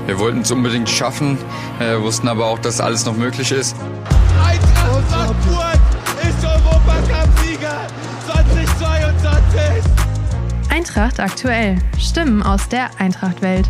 Wir wollten es unbedingt schaffen, wussten aber auch, dass alles noch möglich ist. Eintracht Frankfurt ist Europacup-Sieger 2022. Eintracht aktuell. Stimmen aus der Eintracht-Welt.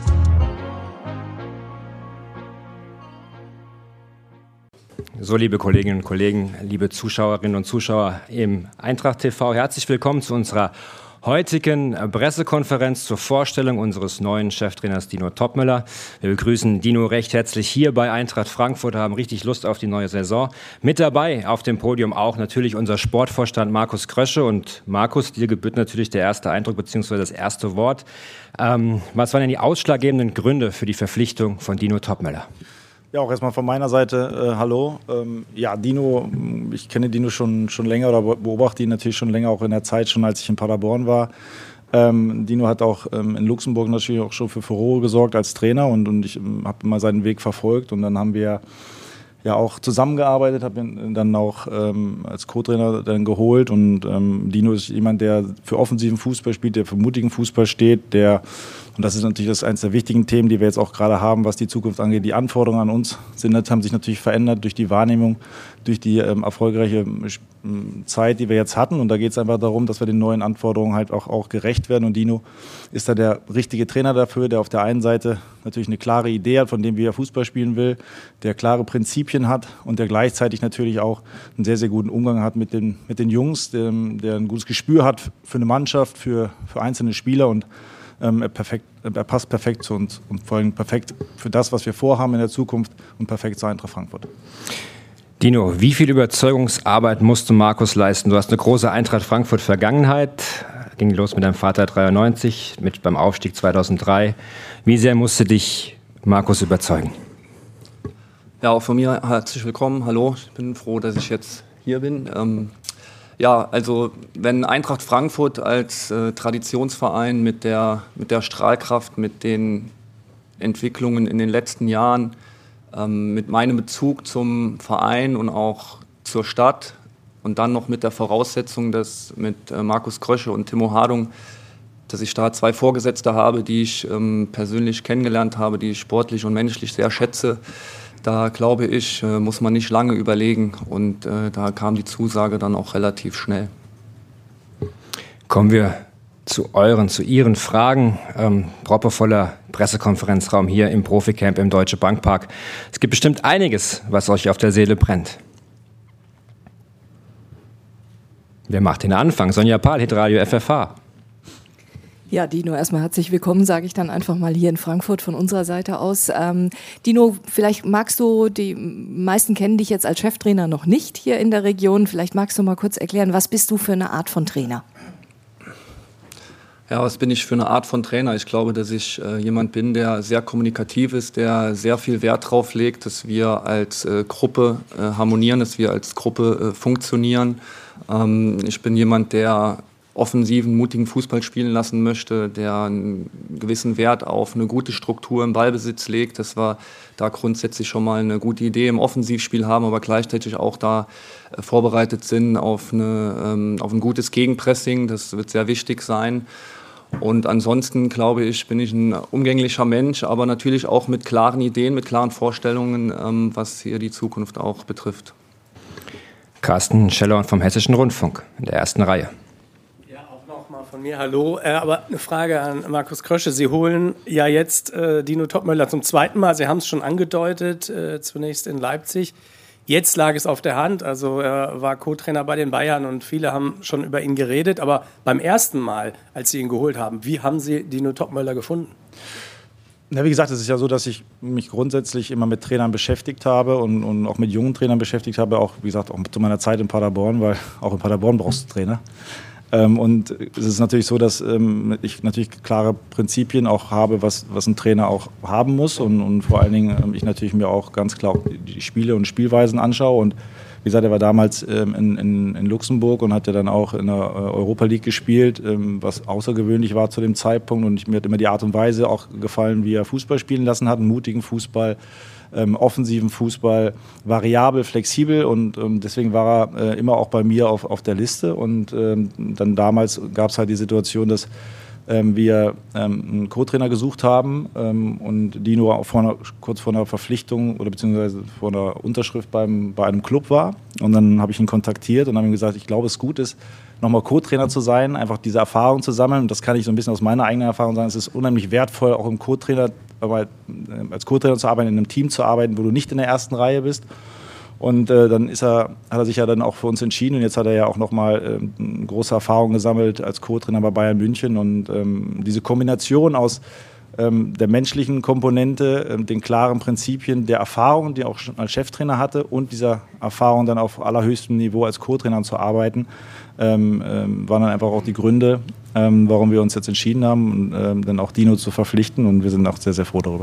So, liebe Kolleginnen und Kollegen, liebe Zuschauerinnen und Zuschauer im Eintracht TV, herzlich willkommen zu unserer heutigen Pressekonferenz zur Vorstellung unseres neuen Cheftrainers Dino Toppmöller. Wir begrüßen Dino recht herzlich hier bei Eintracht Frankfurt, haben richtig Lust auf die neue Saison. Mit dabei auf dem Podium auch natürlich unser Sportvorstand Markus Krösche. Und Markus, dir gebührt natürlich der erste Eindruck bzw. das erste Wort. Was waren denn die ausschlaggebenden Gründe für die Verpflichtung von Dino Toppmöller? Ja, auch erstmal von meiner Seite hallo. Dino, ich kenne Dino schon länger oder beobachte ihn natürlich schon länger, auch in der Zeit schon, als ich in Paderborn war. Dino hat auch in Luxemburg natürlich auch schon für Furore gesorgt als Trainer und ich habe immer seinen Weg verfolgt und dann haben wir ja auch zusammengearbeitet, habe ihn dann auch als Co-Trainer dann geholt und Dino ist jemand, der für offensiven Fußball spielt, der für mutigen Fußball steht, und das ist natürlich eines der wichtigen Themen, die wir jetzt auch gerade haben, was die Zukunft angeht. Die Anforderungen an uns haben sich natürlich verändert durch die Wahrnehmung, durch die erfolgreiche Zeit, die wir jetzt hatten. Und da geht es einfach darum, dass wir den neuen Anforderungen halt auch gerecht werden. Und Dino ist da der richtige Trainer dafür, der auf der einen Seite natürlich eine klare Idee hat, von dem wie er Fußball spielen will, der klare Prinzipien hat und der gleichzeitig natürlich auch einen sehr, sehr guten Umgang hat mit den Jungs, der ein gutes Gespür hat für eine Mannschaft, für einzelne Spieler und er passt perfekt zu uns und vor allem perfekt für das, was wir vorhaben in der Zukunft und perfekt zu Eintracht Frankfurt. Dino, wie viel Überzeugungsarbeit musste Markus leisten? Du hast eine große Eintracht Frankfurt-Vergangenheit. Ging los mit deinem Vater 93, beim Aufstieg 2003. Wie sehr musste dich Markus überzeugen? Ja, auch von mir herzlich willkommen. Hallo, ich bin froh, dass ich jetzt hier bin. Also wenn Eintracht Frankfurt als Traditionsverein mit der Strahlkraft, mit den Entwicklungen in den letzten Jahren, mit meinem Bezug zum Verein und auch zur Stadt und dann noch mit der Voraussetzung, dass mit Markus Krösche und Timo Hardung, dass ich da zwei Vorgesetzte habe, die ich persönlich kennengelernt habe, die ich sportlich und menschlich sehr schätze. Da glaube ich, muss man nicht lange überlegen und da kam die Zusage dann auch relativ schnell. Kommen wir zu Ihren Fragen. Proppevoller Pressekonferenzraum hier im Proficamp im Deutsche Bankpark. Es gibt bestimmt einiges, was euch auf der Seele brennt. Wer macht den Anfang? Sonja Pahl, Hitradio FFH. Ja, Dino, erstmal herzlich willkommen, sage ich dann einfach mal hier in Frankfurt von unserer Seite aus. Dino, vielleicht die meisten kennen dich jetzt als Cheftrainer noch nicht hier in der Region. Vielleicht magst du mal kurz erklären, was bist du für eine Art von Trainer? Ja, was bin ich für eine Art von Trainer? Ich glaube, dass ich jemand bin, der sehr kommunikativ ist, der sehr viel Wert drauf legt, dass wir als Gruppe harmonieren, dass wir als Gruppe funktionieren. Ich bin jemand, der offensiven, mutigen Fußball spielen lassen möchte, der einen gewissen Wert auf eine gute Struktur im Ballbesitz legt, dass wir da grundsätzlich schon mal eine gute Idee im Offensivspiel haben, aber gleichzeitig auch da vorbereitet sind auf ein gutes Gegenpressing. Das wird sehr wichtig sein. Und ansonsten, glaube ich, bin ich ein umgänglicher Mensch, aber natürlich auch mit klaren Ideen, mit klaren Vorstellungen, was hier die Zukunft auch betrifft. Carsten Scheller vom Hessischen Rundfunk in der ersten Reihe. Von mir, hallo. Aber eine Frage an Markus Krösche. Sie holen ja jetzt Dino Toppmöller zum zweiten Mal. Sie haben es schon angedeutet, zunächst in Leipzig. Jetzt lag es auf der Hand. Also er war Co-Trainer bei den Bayern und viele haben schon über ihn geredet. Aber beim ersten Mal, als Sie ihn geholt haben, wie haben Sie Dino Toppmöller gefunden? Ja, wie gesagt, es ist ja so, dass ich mich grundsätzlich immer mit Trainern beschäftigt habe und auch mit jungen Trainern beschäftigt habe. Auch, wie gesagt, auch zu meiner Zeit in Paderborn, weil auch in Paderborn brauchst du Trainer. Und es ist natürlich so, dass ich natürlich klare Prinzipien auch habe, was ein Trainer auch haben muss und vor allen Dingen ich natürlich mir auch ganz klar die Spiele und Spielweisen anschaue und wie gesagt, er war damals in Luxemburg und hat ja dann auch in der Europa League gespielt, was außergewöhnlich war zu dem Zeitpunkt und mir hat immer die Art und Weise auch gefallen, wie er Fußball spielen lassen hat, einen mutigen Fußball, offensiven Fußball, variabel, flexibel und deswegen war er immer auch bei mir auf der Liste und dann damals gab es halt die Situation, dass wir einen Co-Trainer gesucht haben und Dino auch kurz vor einer Verpflichtung oder beziehungsweise vor einer Unterschrift bei einem Club war. Und dann habe ich ihn kontaktiert und habe ihm gesagt, ich glaube, es gut ist, nochmal Co-Trainer zu sein, einfach diese Erfahrung zu sammeln. Und das kann ich so ein bisschen aus meiner eigenen Erfahrung sagen. Es ist unheimlich wertvoll, auch als Co-Trainer zu arbeiten, in einem Team zu arbeiten, wo du nicht in der ersten Reihe bist. Und dann hat er sich ja dann auch für uns entschieden. Und jetzt hat er ja auch nochmal große Erfahrung gesammelt als Co-Trainer bei Bayern München. Und diese Kombination aus der menschlichen Komponente, den klaren Prinzipien, der Erfahrung, die er auch schon als Cheftrainer hatte und dieser Erfahrung dann auf allerhöchstem Niveau als Co-Trainer zu arbeiten, waren dann einfach auch die Gründe, warum wir uns jetzt entschieden haben, dann auch Dino zu verpflichten. Und wir sind auch sehr, sehr froh darüber.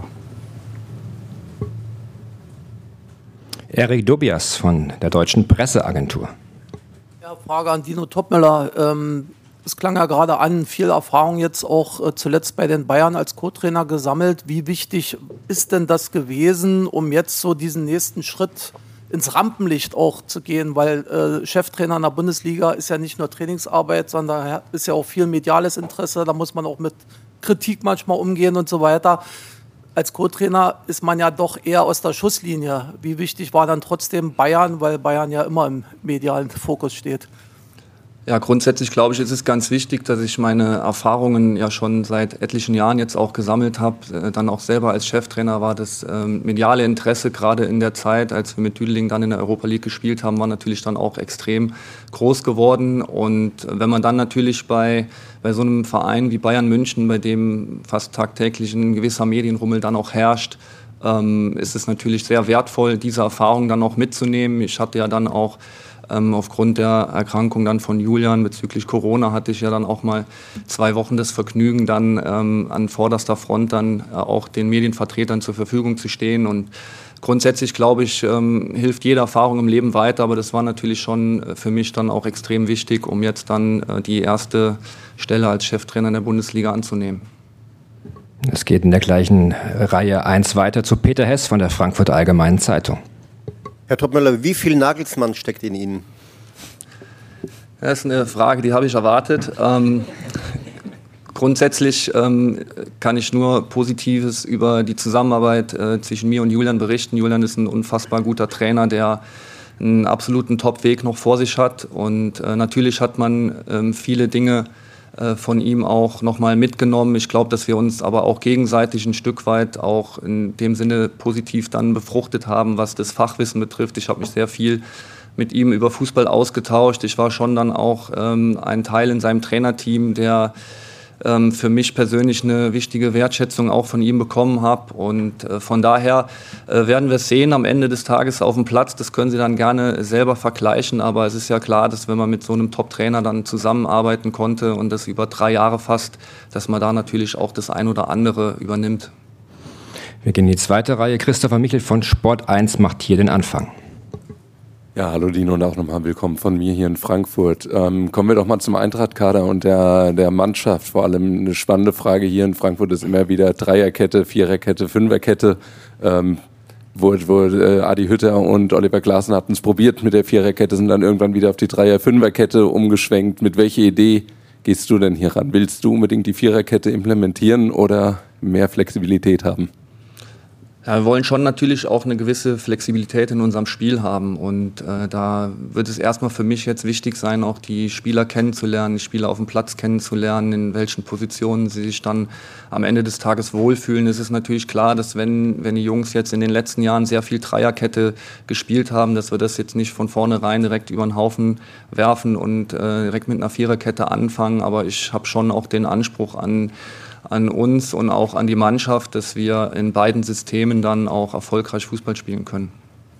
Erik Dobias von der Deutschen Presseagentur. Ja, Frage an Dino Topmöller. Es klang ja gerade an, viel Erfahrung jetzt auch zuletzt bei den Bayern als Co-Trainer gesammelt. Wie wichtig ist denn das gewesen, um jetzt so diesen nächsten Schritt ins Rampenlicht auch zu gehen? Weil Cheftrainer in der Bundesliga ist ja nicht nur Trainingsarbeit, sondern ist ja auch viel mediales Interesse. Da muss man auch mit Kritik manchmal umgehen und so weiter. Als Co-Trainer ist man ja doch eher aus der Schusslinie. Wie wichtig war dann trotzdem Bayern, weil Bayern ja immer im medialen Fokus steht? Ja, grundsätzlich glaube ich, ist es ganz wichtig, dass ich meine Erfahrungen ja schon seit etlichen Jahren jetzt auch gesammelt habe. Dann auch selber als Cheftrainer war das mediale Interesse gerade in der Zeit, als wir mit Düdeling dann in der Europa League gespielt haben, war natürlich dann auch extrem groß geworden. Und wenn man dann natürlich bei so einem Verein wie Bayern München, bei dem fast tagtäglich ein gewisser Medienrummel dann auch herrscht, ist es natürlich sehr wertvoll, diese Erfahrung dann auch mitzunehmen. Ich hatte ja dann auch aufgrund der Erkrankung dann von Julian bezüglich Corona hatte ich ja dann auch mal 2 Wochen das Vergnügen, dann an vorderster Front dann auch den Medienvertretern zur Verfügung zu stehen. Und grundsätzlich, glaube ich, hilft jede Erfahrung im Leben weiter, aber das war natürlich schon für mich dann auch extrem wichtig, um jetzt dann die erste Stelle als Cheftrainer in der Bundesliga anzunehmen. Es geht in der gleichen Reihe 1 weiter zu Peter Hess von der Frankfurter Allgemeinen Zeitung. Herr Topmöller, wie viel Nagelsmann steckt in Ihnen? Das ist eine Frage, die habe ich erwartet. Grundsätzlich kann ich nur Positives über die Zusammenarbeit zwischen mir und Julian berichten. Julian ist ein unfassbar guter Trainer, der einen absoluten Top-Weg noch vor sich hat. Und natürlich hat man viele Dinge von ihm auch nochmal mitgenommen. Ich glaube, dass wir uns aber auch gegenseitig ein Stück weit auch in dem Sinne positiv dann befruchtet haben, was das Fachwissen betrifft. Ich habe mich sehr viel mit ihm über Fußball ausgetauscht. Ich war schon dann auch ein Teil in seinem Trainerteam, der für mich persönlich eine wichtige Wertschätzung auch von ihm bekommen habe. Und von daher werden wir es sehen am Ende des Tages auf dem Platz. Das können Sie dann gerne selber vergleichen. Aber es ist ja klar, dass wenn man mit so einem Top-Trainer dann zusammenarbeiten konnte und das über 3 Jahre fast, dass man da natürlich auch das ein oder andere übernimmt. Wir gehen in die zweite Reihe. Christopher Michel von Sport 1 macht hier den Anfang. Ja, hallo Dino und auch nochmal willkommen von mir hier in Frankfurt. Kommen wir doch mal zum Eintracht-Kader und der Mannschaft. Vor allem eine spannende Frage hier in Frankfurt ist immer wieder Dreierkette, Viererkette, Fünferkette. Wo Adi Hütter und Oliver Glasner hatten es probiert mit der Viererkette, sind dann irgendwann wieder auf die Dreier-Fünferkette umgeschwenkt. Mit welcher Idee gehst du denn hier ran? Willst du unbedingt die Viererkette implementieren oder mehr Flexibilität haben? Ja, wir wollen schon natürlich auch eine gewisse Flexibilität in unserem Spiel haben und da wird es erstmal für mich jetzt wichtig sein, auch die Spieler kennenzulernen, die Spieler auf dem Platz kennenzulernen, in welchen Positionen sie sich dann am Ende des Tages wohlfühlen. Es ist natürlich klar, dass wenn die Jungs jetzt in den letzten Jahren sehr viel Dreierkette gespielt haben, dass wir das jetzt nicht von vornherein direkt über den Haufen werfen und direkt mit einer Viererkette anfangen, aber ich habe schon auch den Anspruch an uns und auch an die Mannschaft, dass wir in beiden Systemen dann auch erfolgreich Fußball spielen können.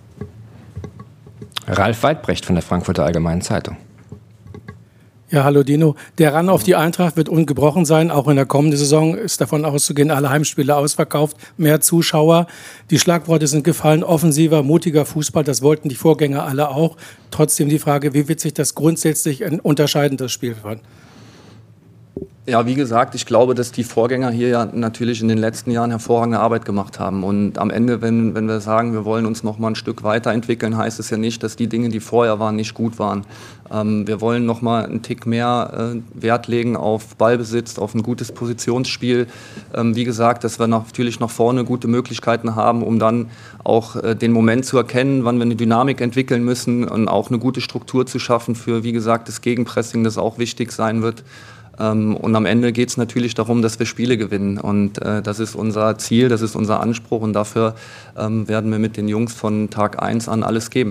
Ralf Weidbrecht von der Frankfurter Allgemeinen Zeitung. Ja, hallo Dino. Der Run auf die Eintracht wird ungebrochen sein. Auch in der kommenden Saison ist davon auszugehen, alle Heimspiele ausverkauft, mehr Zuschauer. Die Schlagworte sind gefallen, offensiver, mutiger Fußball. Das wollten die Vorgänger alle auch. Trotzdem die Frage, wie wird sich das grundsätzlich unterscheiden, das Spiel von? Ja, wie gesagt, ich glaube, dass die Vorgänger hier ja natürlich in den letzten Jahren hervorragende Arbeit gemacht haben. Und am Ende, wenn wir sagen, wir wollen uns noch mal ein Stück weiterentwickeln, heißt es ja nicht, dass die Dinge, die vorher waren, nicht gut waren. Wir wollen noch mal einen Tick mehr Wert legen auf Ballbesitz, auf ein gutes Positionsspiel. Wie gesagt, dass wir natürlich nach vorne gute Möglichkeiten haben, um dann auch den Moment zu erkennen, wann wir eine Dynamik entwickeln müssen und auch eine gute Struktur zu schaffen für, wie gesagt, das Gegenpressing, das auch wichtig sein wird. Und am Ende geht es natürlich darum, dass wir Spiele gewinnen. Und das ist unser Ziel, das ist unser Anspruch. Und dafür werden wir mit den Jungs von Tag 1 an alles geben.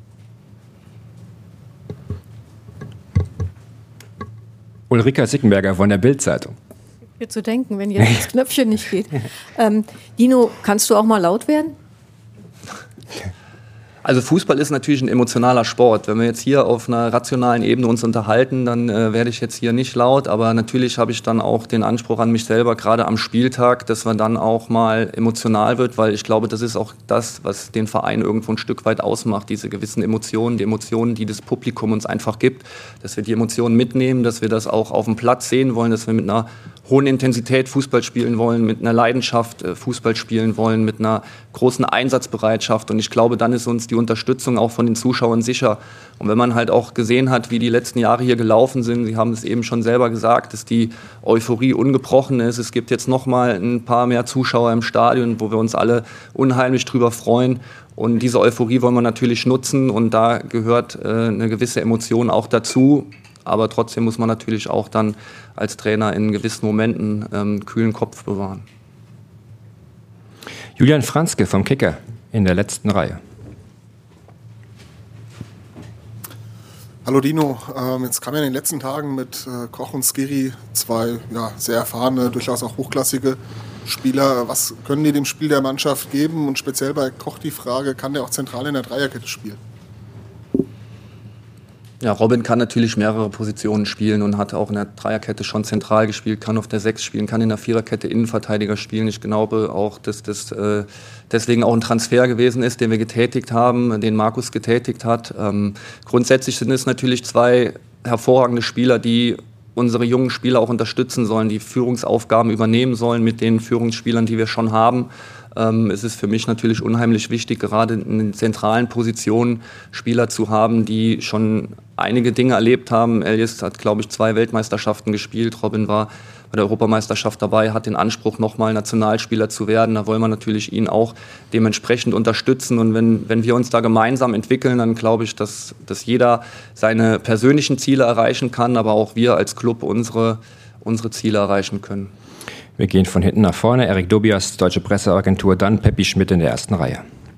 Ulrika Sickenberger von der Bild-Zeitung. Hier zu denken, wenn jetzt das Knöpfchen nicht geht. Dino, kannst du auch mal laut werden? Also Fußball ist natürlich ein emotionaler Sport. Wenn wir jetzt hier auf einer rationalen Ebene uns unterhalten, dann werde ich jetzt hier nicht laut. Aber natürlich habe ich dann auch den Anspruch an mich selber, gerade am Spieltag, dass man dann auch mal emotional wird, weil ich glaube, das ist auch das, was den Verein irgendwo ein Stück weit ausmacht, diese gewissen Emotionen, die Emotionen, die das Publikum uns einfach gibt, dass wir die Emotionen mitnehmen, dass wir das auch auf dem Platz sehen wollen, dass wir mit einer hohen Intensität Fußball spielen wollen, mit einer Leidenschaft Fußball spielen wollen, mit einer großen Einsatzbereitschaft. Und ich glaube, dann ist uns die Unterstützung auch von den Zuschauern sicher. Und wenn man halt auch gesehen hat, wie die letzten Jahre hier gelaufen sind, Sie haben es eben schon selber gesagt, dass die Euphorie ungebrochen ist. Es gibt jetzt noch mal ein paar mehr Zuschauer im Stadion, wo wir uns alle unheimlich drüber freuen. Und diese Euphorie wollen wir natürlich nutzen. Und da gehört eine gewisse Emotion auch dazu. Aber trotzdem muss man natürlich auch dann als Trainer in gewissen Momenten kühlen Kopf bewahren. Julian Franzke vom Kicker in der letzten Reihe. Hallo Dino, jetzt kamen ja in den letzten Tagen mit Koch und Skiri zwei sehr erfahrene, durchaus auch hochklassige Spieler. Was können die dem Spiel der Mannschaft geben? Und speziell bei Koch die Frage, kann der auch zentral in der Dreierkette spielen? Ja, Robin kann natürlich mehrere Positionen spielen und hat auch in der Dreierkette schon zentral gespielt, kann auf der 6 spielen, kann in der Viererkette Innenverteidiger spielen. Ich glaube auch, dass das deswegen auch ein Transfer gewesen ist, den wir getätigt haben, den Markus getätigt hat. Grundsätzlich sind es natürlich zwei hervorragende Spieler, die unsere jungen Spieler auch unterstützen sollen, die Führungsaufgaben übernehmen sollen mit den Führungsspielern, die wir schon haben. Es ist für mich natürlich unheimlich wichtig, gerade in den zentralen Positionen Spieler zu haben, die schon einige Dinge erlebt haben. Elias hat, glaube ich, 2 Weltmeisterschaften gespielt. Robin war bei der Europameisterschaft dabei, hat den Anspruch, nochmal Nationalspieler zu werden. Da wollen wir natürlich ihn auch dementsprechend unterstützen. Und wenn wir uns da gemeinsam entwickeln, dann glaube ich, dass jeder seine persönlichen Ziele erreichen kann, aber auch wir als Club unsere Ziele erreichen können. Wir gehen von hinten nach vorne. Erik Dobias, Deutsche Presseagentur, dann Peppi Schmidt in der ersten Reihe.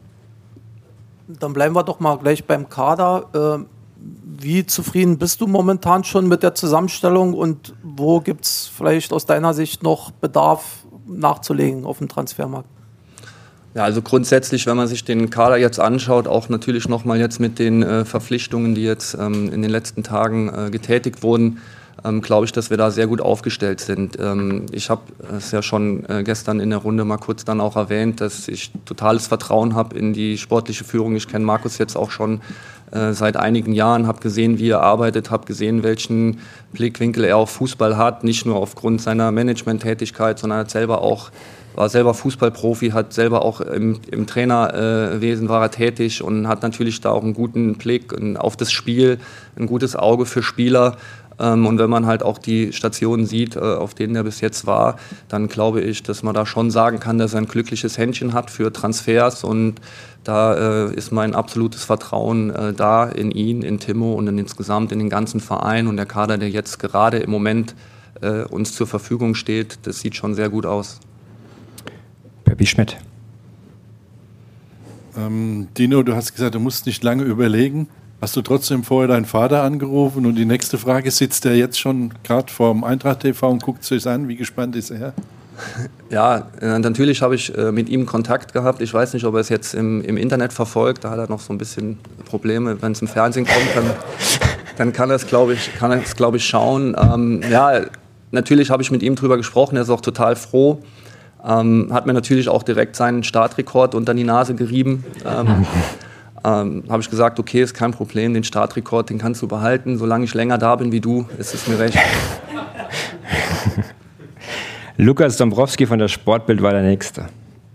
Dann bleiben wir doch mal gleich beim Kader. Wie zufrieden bist du momentan schon mit der Zusammenstellung und wo gibt es vielleicht aus deiner Sicht noch Bedarf nachzulegen auf dem Transfermarkt? Ja, also grundsätzlich, wenn man sich den Kader jetzt anschaut, auch natürlich nochmal jetzt mit den Verpflichtungen, die jetzt in den letzten Tagen getätigt wurden, glaube ich, dass wir da sehr gut aufgestellt sind. Ich habe es ja schon gestern in der Runde mal kurz dann auch erwähnt, dass ich totales Vertrauen habe in die sportliche Führung. Ich kenne Markus jetzt auch schon seit einigen Jahren, habe gesehen, wie er arbeitet, habe gesehen, welchen Blickwinkel er auf Fußball hat, nicht nur aufgrund seiner Management-Tätigkeit, sondern war selber Fußballprofi, hat selber auch im Trainerwesen war er tätig und hat natürlich da auch einen guten Blick auf das Spiel, ein gutes Auge für Spieler. Und wenn man halt auch die Stationen sieht, auf denen er bis jetzt war, dann glaube ich, dass man da schon sagen kann, dass er ein glückliches Händchen hat für Transfers. Und da ist mein absolutes Vertrauen da in ihn, in Timo und insgesamt in den ganzen Verein. Und der Kader, der jetzt gerade im Moment uns zur Verfügung steht, das sieht schon sehr gut aus. Peppi Schmidt. Dino, du hast gesagt, du musst nicht lange überlegen. Hast du trotzdem vorher deinen Vater angerufen? Und die nächste Frage, sitzt der jetzt schon gerade vorm Eintracht TV und guckt sich an? Wie gespannt ist er? Ja, natürlich habe ich mit ihm Kontakt gehabt. Ich weiß nicht, ob er es jetzt im Internet verfolgt. Da hat er noch so ein bisschen Probleme. Wenn es im Fernsehen kommt, dann kann er es, glaube ich, schauen. Ja, natürlich habe ich mit ihm drüber gesprochen. Er ist auch total froh. Hat mir natürlich auch direkt seinen Startrekord unter die Nase gerieben. Habe ich gesagt, okay, ist kein Problem, den Startrekord, den kannst du behalten. Solange ich länger da bin wie du, ist es mir recht. Lukas Dombrowski von der Sportbild war der Nächste.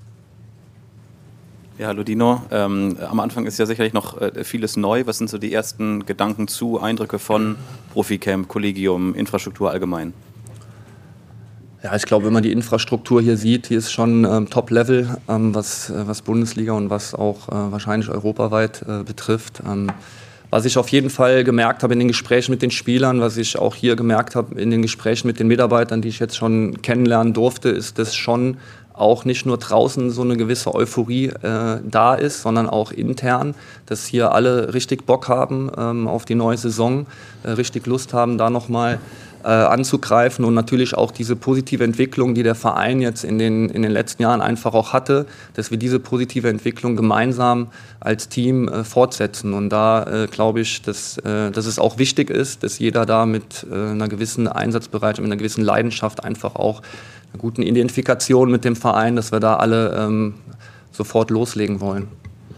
Ja, hallo Dino. Am Anfang ist ja sicherlich noch vieles neu. Was sind so die ersten Gedanken Eindrücke von Proficamp, Kollegium, Infrastruktur allgemein? Ja, ich glaube, wenn man die Infrastruktur hier sieht, hier ist schon Top-Level, was Bundesliga und was auch wahrscheinlich europaweit betrifft. Was ich auf jeden Fall gemerkt habe in den Gesprächen mit den Spielern, was ich auch hier gemerkt habe in den Gesprächen mit den Mitarbeitern, die ich jetzt schon kennenlernen durfte, ist, dass schon auch nicht nur draußen so eine gewisse Euphorie da ist, sondern auch intern, dass hier alle richtig Bock haben auf die neue Saison, richtig Lust haben, da nochmal anzugreifen und natürlich auch diese positive Entwicklung, die der Verein jetzt in den letzten Jahren einfach auch hatte, dass wir diese positive Entwicklung gemeinsam als Team fortsetzen. Und da glaube ich, dass es auch wichtig ist, dass jeder da mit einer gewissen Einsatzbereitschaft, mit einer gewissen Leidenschaft einfach auch einer guten Identifikation mit dem Verein, dass wir da alle sofort loslegen wollen.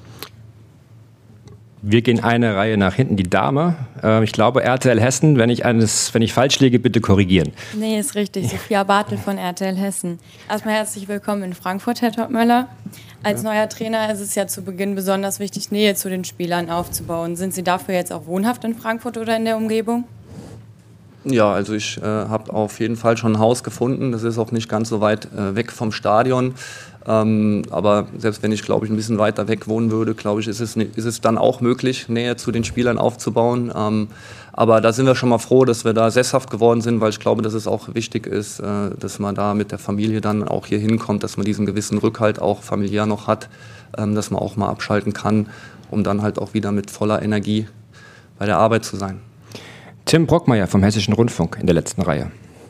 Wir gehen eine Reihe nach hinten, die Dame. Ich glaube RTL Hessen, wenn ich falsch liege, bitte korrigieren. Nee, ist richtig. Sophia Bartel von RTL Hessen. Erstmal herzlich willkommen in Frankfurt, Herr Topmöller. Als neuer Trainer ist es ja zu Beginn besonders wichtig, Nähe zu den Spielern aufzubauen. Sind Sie dafür jetzt auch wohnhaft in Frankfurt oder in der Umgebung? Ja, also ich habe auf jeden Fall schon ein Haus gefunden. Das ist auch nicht ganz so weit weg vom Stadion. Aber selbst wenn ich, glaube ich, ein bisschen weiter weg wohnen würde, glaube ich, ist es dann auch möglich, Nähe zu den Spielern aufzubauen. Aber da sind wir schon mal froh, dass wir da sesshaft geworden sind, weil ich glaube, dass es auch wichtig ist, dass man da mit der Familie dann auch hier hinkommt, dass man diesen gewissen Rückhalt auch familiär noch hat, dass man auch mal abschalten kann, um dann halt auch wieder mit voller Energie bei der Arbeit zu sein. Tim Brockmeier vom Hessischen Rundfunk in der letzten Reihe.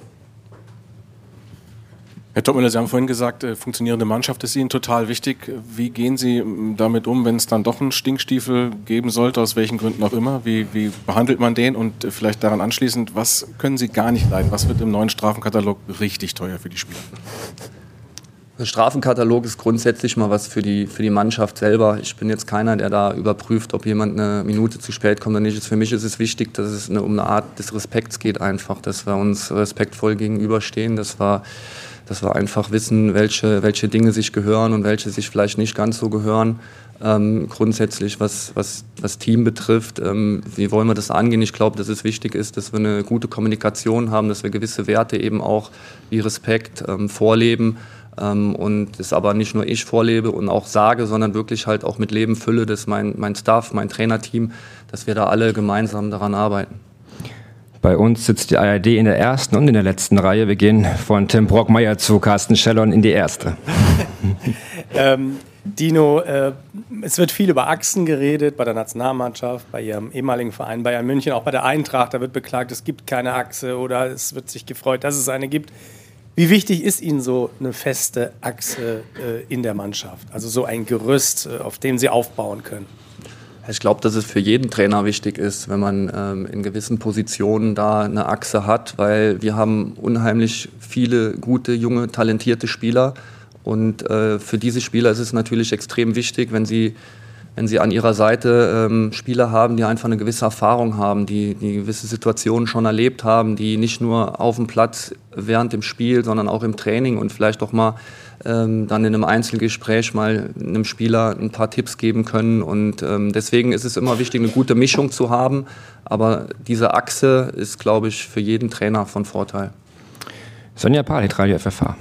Herr Topmöller, Sie haben vorhin gesagt, funktionierende Mannschaft ist Ihnen total wichtig. Wie gehen Sie damit um, wenn es dann doch einen Stinkstiefel geben sollte, aus welchen Gründen auch immer? Wie behandelt man den? Und vielleicht daran anschließend, was können Sie gar nicht leiden? Was wird im neuen Strafenkatalog richtig teuer für die Spieler? Der Strafenkatalog ist grundsätzlich mal was für die Mannschaft selber. Ich bin jetzt keiner, der da überprüft, ob jemand eine Minute zu spät kommt oder nicht. Für mich ist es wichtig, dass es um eine Art des Respekts geht einfach, dass wir uns respektvoll gegenüberstehen, dass wir einfach wissen, welche Dinge sich gehören und welche sich vielleicht nicht ganz so gehören. Grundsätzlich, was Team betrifft, wie wollen wir das angehen? Ich glaube, dass es wichtig ist, dass wir eine gute Kommunikation haben, dass wir gewisse Werte eben auch wie Respekt vorleben und das aber nicht nur ich vorlebe und auch sage, sondern wirklich halt auch mit Leben fülle, dass mein Staff, mein Trainerteam, dass wir da alle gemeinsam daran arbeiten. Bei uns sitzt die ARD in der ersten und in der letzten Reihe. Wir gehen von Tim Brockmeier zu Carsten Schellon in die erste. Dino, es wird viel über Achsen geredet bei der Nationalmannschaft, bei Ihrem ehemaligen Verein Bayern München, auch bei der Eintracht. Da wird beklagt, es gibt keine Achse oder es wird sich gefreut, dass es eine gibt. Wie wichtig ist Ihnen so eine feste Achse in der Mannschaft? Also so ein Gerüst, auf dem Sie aufbauen können? Ich glaube, dass es für jeden Trainer wichtig ist, wenn man in gewissen Positionen da eine Achse hat, weil wir haben unheimlich viele gute, junge, talentierte Spieler und für diese Spieler ist es natürlich extrem wichtig, wenn sie an ihrer Seite Spieler haben, die einfach eine gewisse Erfahrung haben, die gewisse Situationen schon erlebt haben, die nicht nur auf dem Platz während dem Spiel, sondern auch im Training und vielleicht auch mal dann in einem Einzelgespräch mal einem Spieler ein paar Tipps geben können. Und deswegen ist es immer wichtig, eine gute Mischung zu haben. Aber diese Achse ist, glaube ich, für jeden Trainer von Vorteil. Sonja Palit, Radio FFH.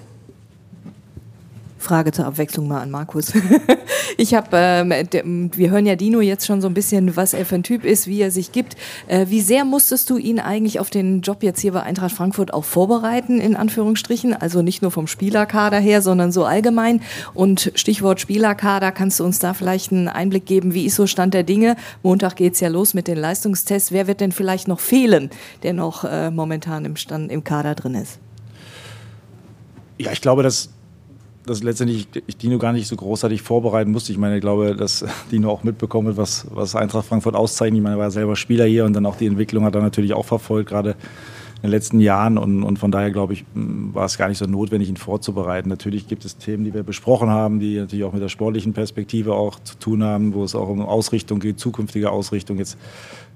Frage zur Abwechslung mal an Markus. Wir hören ja Dino jetzt schon so ein bisschen, was er für ein Typ ist, wie er sich gibt. Wie sehr musstest du ihn eigentlich auf den Job jetzt hier bei Eintracht Frankfurt auch vorbereiten, in Anführungsstrichen? Also nicht nur vom Spielerkader her, sondern so allgemein. Und Stichwort Spielerkader, kannst du uns da vielleicht einen Einblick geben, wie ist so Stand der Dinge? Montag geht's ja los mit den Leistungstests. Wer wird denn vielleicht noch fehlen, der noch momentan im Kader drin ist? Ja, ich glaube, dass letztendlich ich Dino gar nicht so großartig vorbereiten musste. Ich meine, ich glaube, dass Dino auch mitbekommen hat, was Eintracht Frankfurt auszeichnet. Ich meine, er war selber Spieler hier und dann auch die Entwicklung hat er natürlich auch verfolgt, gerade in den letzten Jahren. Und von daher, glaube ich, war es gar nicht so notwendig, ihn vorzubereiten. Natürlich gibt es Themen, die wir besprochen haben, die natürlich auch mit der sportlichen Perspektive auch zu tun haben, wo es auch um Ausrichtung geht, zukünftige Ausrichtung. Jetzt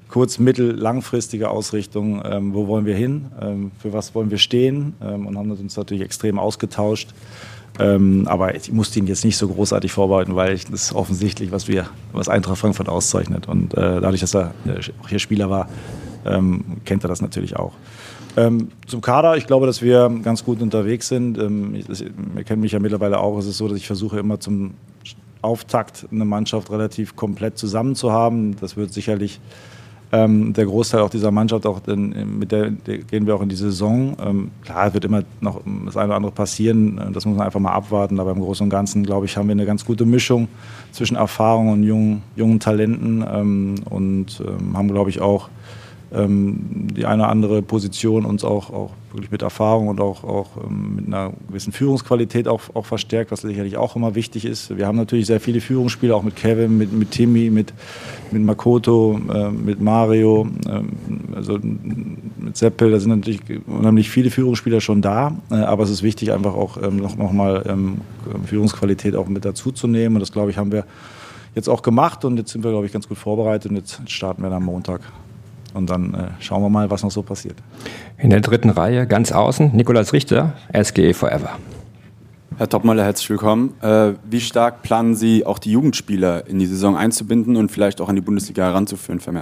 kurz-, mittel-, langfristige Ausrichtung, wo wollen wir hin, für was wollen wir stehen, und haben uns natürlich extrem ausgetauscht. Aber ich musste ihn jetzt nicht so großartig vorbereiten, weil das ist offensichtlich, was Eintracht Frankfurt auszeichnet. Und dadurch, dass er auch hier Spieler war, kennt er das natürlich auch. Zum Kader, ich glaube, dass wir ganz gut unterwegs sind. Ihr kennt mich ja mittlerweile auch. Es ist so, dass ich versuche immer zum Auftakt eine Mannschaft relativ komplett zusammen zu haben. Das wird sicherlich der Großteil auch dieser Mannschaft, auch mit der gehen wir auch in die Saison. Klar, wird immer noch das eine oder andere passieren, das muss man einfach mal abwarten, aber im Großen und Ganzen, glaube ich, haben wir eine ganz gute Mischung zwischen Erfahrung und jungen Talenten und haben, glaube ich, auch die eine oder andere Position uns auch wirklich mit Erfahrung und auch mit einer gewissen Führungsqualität auch verstärkt, was sicherlich auch immer wichtig ist. Wir haben natürlich sehr viele Führungsspieler, auch mit Kevin, mit Timmy, mit Makoto, mit Mario, also mit Seppel. Da sind natürlich unheimlich viele Führungsspieler schon da, aber es ist wichtig, einfach auch noch mal Führungsqualität auch mit dazu zu nehmen. Und das, glaube ich, haben wir jetzt auch gemacht und jetzt sind wir, glaube ich, ganz gut vorbereitet und jetzt starten wir dann am Montag. Und dann schauen wir mal, was noch so passiert. In der dritten Reihe, ganz außen, Nikolaus Richter, SGE Forever. Herr Topmöller, herzlich willkommen. Wie stark planen Sie, auch die Jugendspieler in die Saison einzubinden und vielleicht auch an die Bundesliga heranzuführen vermehrt?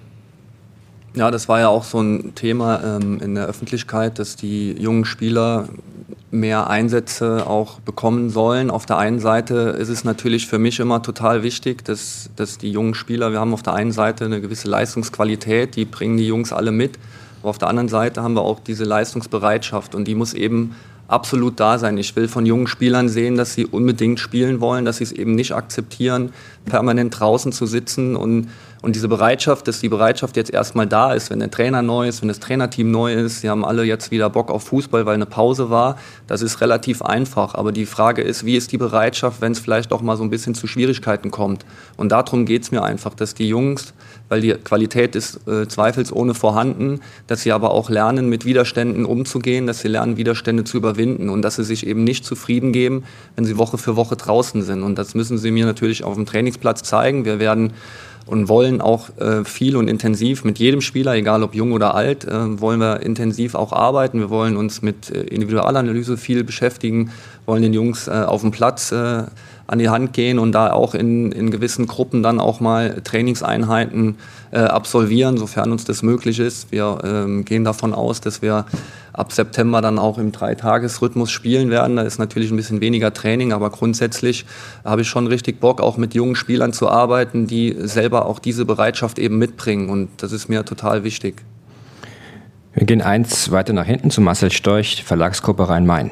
Ja, das war ja auch so ein Thema in der Öffentlichkeit, dass die jungen Spieler mehr Einsätze auch bekommen sollen. Auf der einen Seite ist es natürlich für mich immer total wichtig, dass die jungen Spieler, wir haben auf der einen Seite eine gewisse Leistungsqualität, die bringen die Jungs alle mit. Aber auf der anderen Seite haben wir auch diese Leistungsbereitschaft und die muss eben absolut da sein. Ich will von jungen Spielern sehen, dass sie unbedingt spielen wollen, dass sie es eben nicht akzeptieren, permanent draußen zu sitzen und diese Bereitschaft, dass die Bereitschaft jetzt erstmal da ist, wenn der Trainer neu ist, wenn das Trainerteam neu ist, sie haben alle jetzt wieder Bock auf Fußball, weil eine Pause war, das ist relativ einfach. Aber die Frage ist, wie ist die Bereitschaft, wenn es vielleicht auch mal so ein bisschen zu Schwierigkeiten kommt? Und darum geht es mir einfach, dass die Jungs, weil die Qualität ist zweifelsohne vorhanden, dass sie aber auch lernen, mit Widerständen umzugehen, dass sie lernen, Widerstände zu überwinden und dass sie sich eben nicht zufrieden geben, wenn sie Woche für Woche draußen sind. Und das müssen sie mir natürlich auf dem Trainingsplatz zeigen. Wir werden und wollen auch viel und intensiv mit jedem Spieler, egal ob jung oder alt, wollen wir intensiv auch arbeiten. Wir wollen uns mit Individualanalyse viel beschäftigen, wollen den Jungs auf dem Platz an die Hand gehen und da auch in gewissen Gruppen dann auch mal Trainingseinheiten absolvieren, sofern uns das möglich ist. Wir gehen davon aus, dass wir ab September dann auch im 3-Tages-Rhythmus spielen werden. Da ist natürlich ein bisschen weniger Training, aber grundsätzlich habe ich schon richtig Bock, auch mit jungen Spielern zu arbeiten, die selber auch diese Bereitschaft eben mitbringen und das ist mir total wichtig. Wir gehen eins weiter nach hinten zu Marcel Storch, Verlagsgruppe Rhein-Main.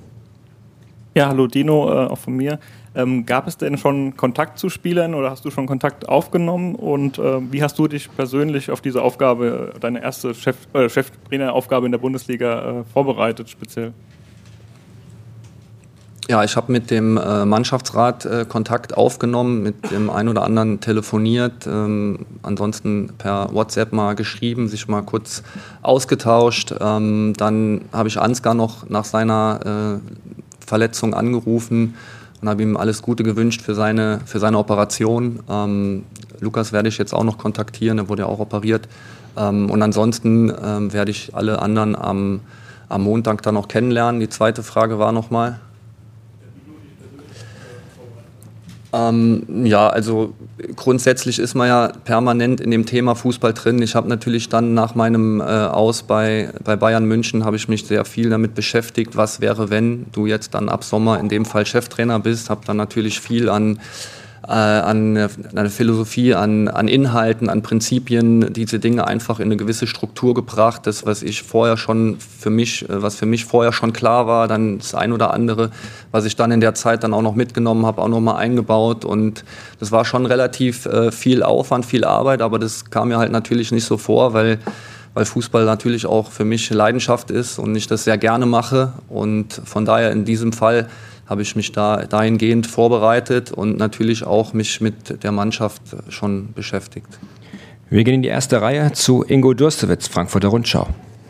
Ja, hallo Dino, auch von mir. Gab es denn schon Kontakt zu Spielern oder hast du schon Kontakt aufgenommen und wie hast du dich persönlich auf diese Aufgabe, deine erste Cheftraineraufgabe in der Bundesliga vorbereitet speziell? Ja, ich habe mit dem Mannschaftsrat Kontakt aufgenommen, mit dem einen oder anderen telefoniert, ansonsten per WhatsApp mal geschrieben, sich mal kurz ausgetauscht. Dann habe ich Ansgar noch nach seiner Verletzung angerufen und habe ihm alles Gute gewünscht für seine Operation. Lukas werde ich jetzt auch noch kontaktieren, der wurde ja auch operiert. Und ansonsten werde ich alle anderen am Montag dann noch kennenlernen. Die zweite Frage war nochmal. Ja, also grundsätzlich ist man ja permanent in dem Thema Fußball drin. Ich habe natürlich dann nach meinem Aus bei Bayern München habe ich mich sehr viel damit beschäftigt, was wäre, wenn du jetzt dann ab Sommer in dem Fall Cheftrainer bist. Habe dann natürlich viel an Philosophie, an Inhalten, an Prinzipien, diese Dinge einfach in eine gewisse Struktur gebracht. Das, was für mich vorher schon klar war, dann das ein oder andere, was ich dann in der Zeit dann auch noch mitgenommen habe, auch nochmal eingebaut. Und das war schon relativ viel Aufwand, viel Arbeit, aber das kam mir halt natürlich nicht so vor, weil Fußball natürlich auch für mich Leidenschaft ist und ich das sehr gerne mache. Und von daher in diesem Fall habe ich mich dahingehend vorbereitet und natürlich auch mich mit der Mannschaft schon beschäftigt. Wir gehen in die erste Reihe zu Ingo Durstewitz, Frankfurter Rundschau.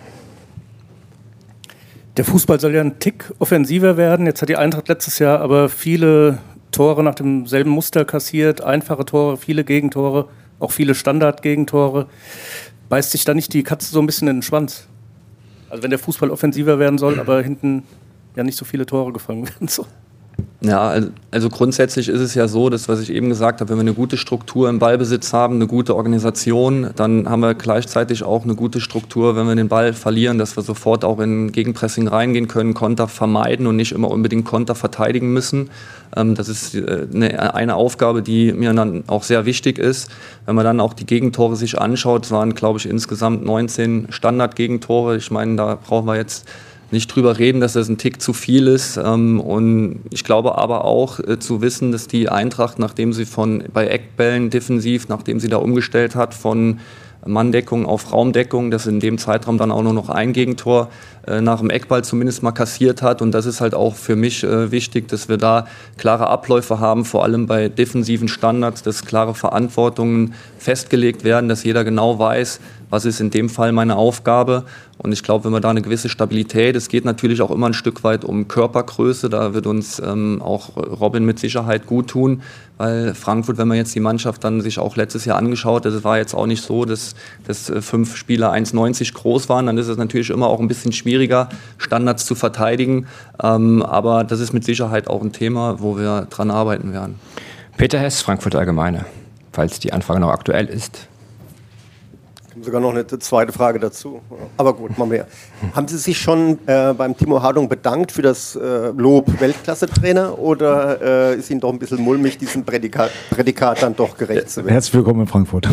Der Fußball soll ja ein Tick offensiver werden. Jetzt hat die Eintracht letztes Jahr aber viele Tore nach demselben Muster kassiert, einfache Tore, viele Gegentore, auch viele Standardgegentore. Beißt sich da nicht die Katze so ein bisschen in den Schwanz? Also wenn der Fußball offensiver werden soll, aber hinten ja nicht so viele Tore gefangen werden sollen. Ja, also grundsätzlich ist es ja so, dass, was ich eben gesagt habe, wenn wir eine gute Struktur im Ballbesitz haben, eine gute Organisation, dann haben wir gleichzeitig auch eine gute Struktur, wenn wir den Ball verlieren, dass wir sofort auch in Gegenpressing reingehen können, Konter vermeiden und nicht immer unbedingt Konter verteidigen müssen. Das ist eine Aufgabe, die mir dann auch sehr wichtig ist. Wenn man dann auch die Gegentore sich anschaut, es waren, glaube ich, insgesamt 19 Standardgegentore. Ich meine, da brauchen wir jetzt nicht drüber reden, dass das ein Tick zu viel ist. Und ich glaube aber auch zu wissen, dass die Eintracht, nachdem sie bei Eckbällen defensiv, nachdem sie da umgestellt hat von Manndeckung auf Raumdeckung, dass in dem Zeitraum dann auch nur noch ein Gegentor nach dem Eckball zumindest mal kassiert hat. Und das ist halt auch für mich wichtig, dass wir da klare Abläufe haben, vor allem bei defensiven Standards, dass klare Verantwortungen festgelegt werden, dass jeder genau weiß, was ist in dem Fall meine Aufgabe. Und ich glaube, wenn wir da eine gewisse Stabilität, es geht natürlich auch immer ein Stück weit um Körpergröße, da wird uns auch Robin mit Sicherheit gut tun, weil Frankfurt, wenn man jetzt die Mannschaft dann sich auch letztes Jahr angeschaut hat, es war jetzt auch nicht so, dass 5 Spieler 1,90 groß waren, dann ist es natürlich immer auch ein bisschen schwieriger, Standards zu verteidigen, aber das ist mit Sicherheit auch ein Thema, wo wir dran arbeiten werden. Peter Hess, Frankfurt Allgemeine, falls die Anfrage noch aktuell ist. Sogar noch eine zweite Frage dazu. Aber gut, machen wir. Haben Sie sich schon beim Timo Hardung bedankt für das Lob Weltklasse-Trainer oder ist Ihnen doch ein bisschen mulmig, diesem Prädikat dann doch gerecht zu werden? Herzlich willkommen in Frankfurt.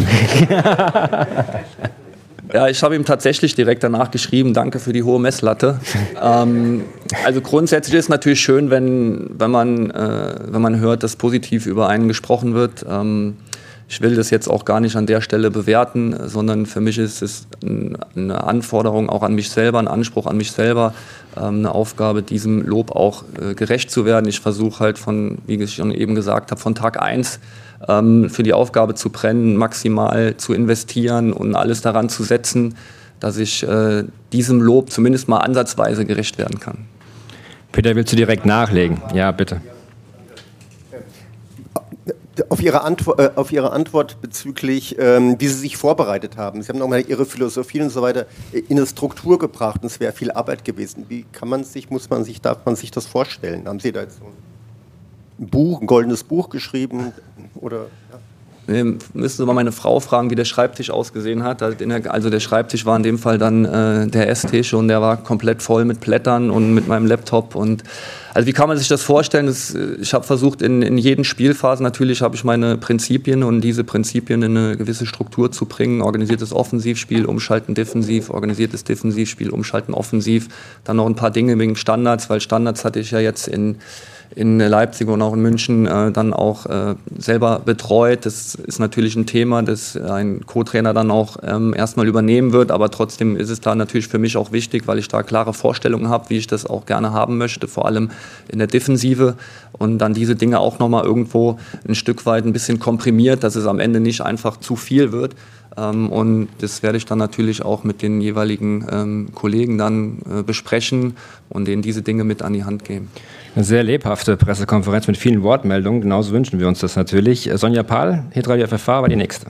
Ja, ich habe ihm tatsächlich direkt danach geschrieben, danke für die hohe Messlatte. Also grundsätzlich ist es natürlich schön, wenn man hört, dass positiv über einen gesprochen wird. Ich will das jetzt auch gar nicht an der Stelle bewerten, sondern für mich ist es eine Anforderung auch an mich selber, ein Anspruch an mich selber, eine Aufgabe, diesem Lob auch gerecht zu werden. Ich versuche halt wie ich schon eben gesagt habe, von Tag 1 für die Aufgabe zu brennen, maximal zu investieren und alles daran zu setzen, dass ich diesem Lob zumindest mal ansatzweise gerecht werden kann. Peter, willst du direkt nachlegen? Ja, bitte. Auf Ihre Antwort bezüglich, wie Sie sich vorbereitet haben. Sie haben nochmal Ihre Philosophie und so weiter in eine Struktur gebracht und es wäre viel Arbeit gewesen. Wie darf man sich das vorstellen? Haben Sie da jetzt so ein goldenes Buch geschrieben? Oder, ja? Müssen Sie mal meine Frau fragen, wie der Schreibtisch ausgesehen hat. Also der Schreibtisch war in dem Fall dann der Esstisch und der war komplett voll mit Blättern und mit meinem Laptop. Und also wie kann man sich das vorstellen? Ich habe versucht, in jeden Spielphasen natürlich habe ich meine Prinzipien und diese Prinzipien in eine gewisse Struktur zu bringen. Organisiertes Offensivspiel, umschalten defensiv, organisiertes Defensivspiel, umschalten offensiv. Dann noch ein paar Dinge wegen Standards, weil Standards hatte ich ja jetzt in Leipzig und auch in München dann auch selber betreut. Das ist natürlich ein Thema, das ein Co-Trainer dann auch erstmal übernehmen wird, aber trotzdem ist es da natürlich für mich auch wichtig, weil ich da klare Vorstellungen habe, wie ich das auch gerne haben möchte, vor allem in der Defensive und dann diese Dinge auch nochmal irgendwo ein Stück weit ein bisschen komprimiert, dass es am Ende nicht einfach zu viel wird. Und das werde ich dann natürlich auch mit den jeweiligen Kollegen dann besprechen und denen diese Dinge mit an die Hand geben. Eine sehr lebhafte Pressekonferenz mit vielen Wortmeldungen, genauso wünschen wir uns das natürlich. Sonja Pahl, Hitradio FFH war die nächste.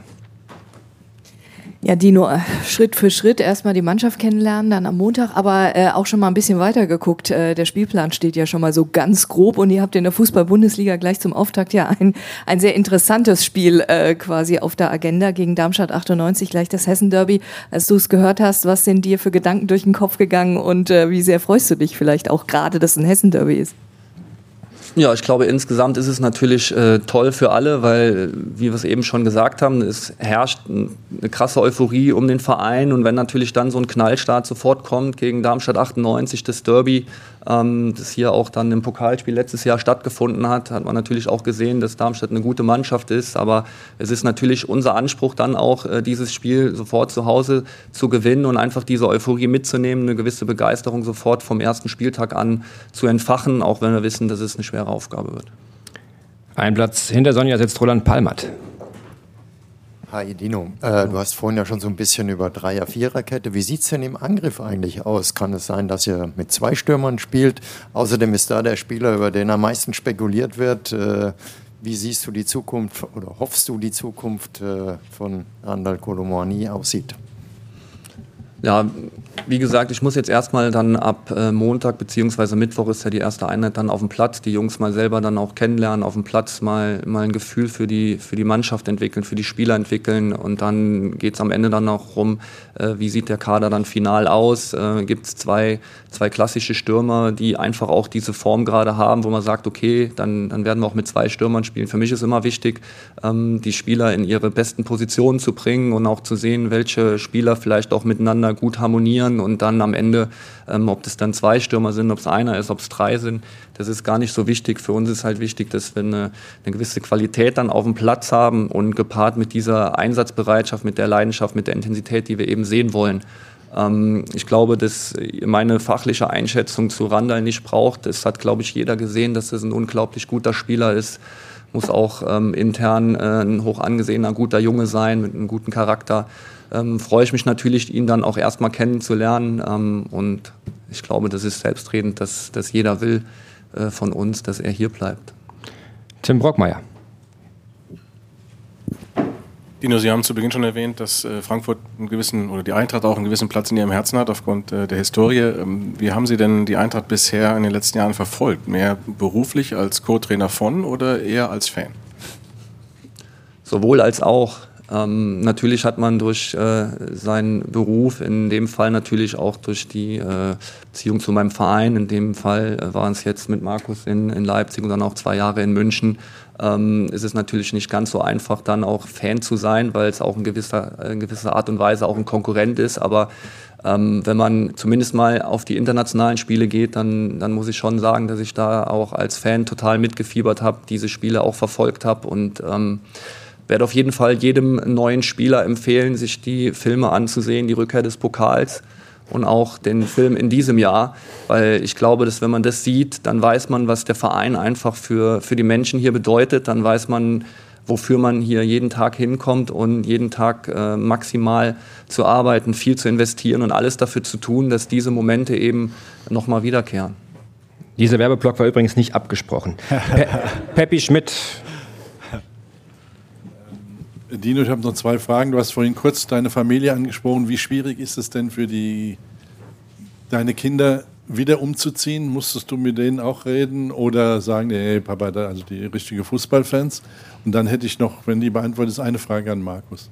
Ja, Dino, Schritt für Schritt erstmal die Mannschaft kennenlernen, dann am Montag, aber auch schon mal ein bisschen weiter geguckt. Der Spielplan steht ja schon mal so ganz grob und ihr habt in der Fußball-Bundesliga gleich zum Auftakt ja ein sehr interessantes Spiel quasi auf der Agenda gegen Darmstadt 98, gleich das Hessen-Derby. Als du es gehört hast, was sind dir für Gedanken durch den Kopf gegangen und wie sehr freust du dich vielleicht auch gerade, dass es ein Hessen-Derby ist? Ja, ich glaube, insgesamt ist es natürlich toll für alle, weil, wie wir es eben schon gesagt haben, es herrscht eine krasse Euphorie um den Verein und wenn natürlich dann so ein Knallstart sofort kommt gegen Darmstadt 98, das Derby, das hier auch dann im Pokalspiel letztes Jahr stattgefunden hat man natürlich auch gesehen, dass Darmstadt eine gute Mannschaft ist, aber es ist natürlich unser Anspruch dann auch, dieses Spiel sofort zu Hause zu gewinnen und einfach diese Euphorie mitzunehmen, eine gewisse Begeisterung sofort vom ersten Spieltag an zu entfachen, auch wenn wir wissen, dass es eine schwere Aufgabe wird. Ein Platz hinter Sonja sitzt Roland Palmert. Hi Dino, du hast vorhin ja schon so ein bisschen über Dreier-Viererkette. Wie sieht es denn im Angriff eigentlich aus? Kann es sein, dass ihr mit 2 Stürmern spielt? Außerdem ist da der Spieler, über den am meisten spekuliert wird. wie siehst du die Zukunft oder hoffst du die Zukunft von Randal Kolo Muani aussieht? Ja, wie gesagt, ich muss jetzt erstmal dann ab Montag bzw. Mittwoch ist ja die erste Einheit dann auf dem Platz, die Jungs mal selber dann auch kennenlernen, auf dem Platz mal ein Gefühl für die Mannschaft entwickeln, für die Spieler entwickeln und dann geht es am Ende dann auch rum, wie sieht der Kader dann final aus, gibt es zwei klassische Stürmer, die einfach auch diese Form gerade haben, wo man sagt, okay, dann werden wir auch mit 2 Stürmern spielen. Für mich ist immer wichtig, die Spieler in ihre besten Positionen zu bringen und auch zu sehen, welche Spieler vielleicht auch miteinander gut harmonieren und dann am Ende, ob das dann 2 Stürmer sind, ob es einer ist, ob es 3 sind, das ist gar nicht so wichtig. Für uns ist halt wichtig, dass wir eine gewisse Qualität dann auf dem Platz haben und gepaart mit dieser Einsatzbereitschaft, mit der Leidenschaft, mit der Intensität, die wir eben sehen wollen. Ich glaube, dass meine fachliche Einschätzung zu Randal nicht braucht. Das hat, glaube ich, jeder gesehen, dass das ein unglaublich guter Spieler ist. Muss auch intern ein hoch angesehener, guter Junge sein, mit einem guten Charakter. Freue ich mich natürlich, ihn dann auch erstmal kennenzulernen. Und ich glaube, das ist selbstredend, dass jeder will von uns, dass er hier bleibt. Tim Brockmeier. Dino, Sie haben zu Beginn schon erwähnt, dass Frankfurt die Eintracht auch einen gewissen Platz in Ihrem Herzen hat aufgrund der Historie. Wie haben Sie denn die Eintracht bisher in den letzten Jahren verfolgt? Mehr beruflich als Co-Trainer von oder eher als Fan? Sowohl als auch. Natürlich hat man durch seinen Beruf, in dem Fall natürlich auch durch die Beziehung zu meinem Verein, in dem Fall waren es jetzt mit Markus in Leipzig und dann auch 2 Jahre in München, ist es natürlich nicht ganz so einfach, dann auch Fan zu sein, weil es auch in gewisser Art und Weise auch ein Konkurrent ist. Aber wenn man zumindest mal auf die internationalen Spiele geht, dann muss ich schon sagen, dass ich da auch als Fan total mitgefiebert habe, diese Spiele auch verfolgt habe und werde auf jeden Fall jedem neuen Spieler empfehlen, sich die Filme anzusehen, die Rückkehr des Pokals und auch den Film in diesem Jahr, weil ich glaube, dass wenn man das sieht, dann weiß man, was der Verein einfach für die Menschen hier bedeutet, dann weiß man, wofür man hier jeden Tag hinkommt und jeden Tag maximal zu arbeiten, viel zu investieren und alles dafür zu tun, dass diese Momente eben nochmal wiederkehren. Dieser Werbeblock war übrigens nicht abgesprochen. Peppi Schmidt. Dino, ich habe noch 2 Fragen. Du hast vorhin kurz deine Familie angesprochen. Wie schwierig ist es denn für deine Kinder wieder umzuziehen? Musstest du mit denen auch reden oder sagen die, hey Papa, also die richtige Fußballfans? Und dann hätte ich noch, wenn die beantwortet ist, eine Frage an Markus.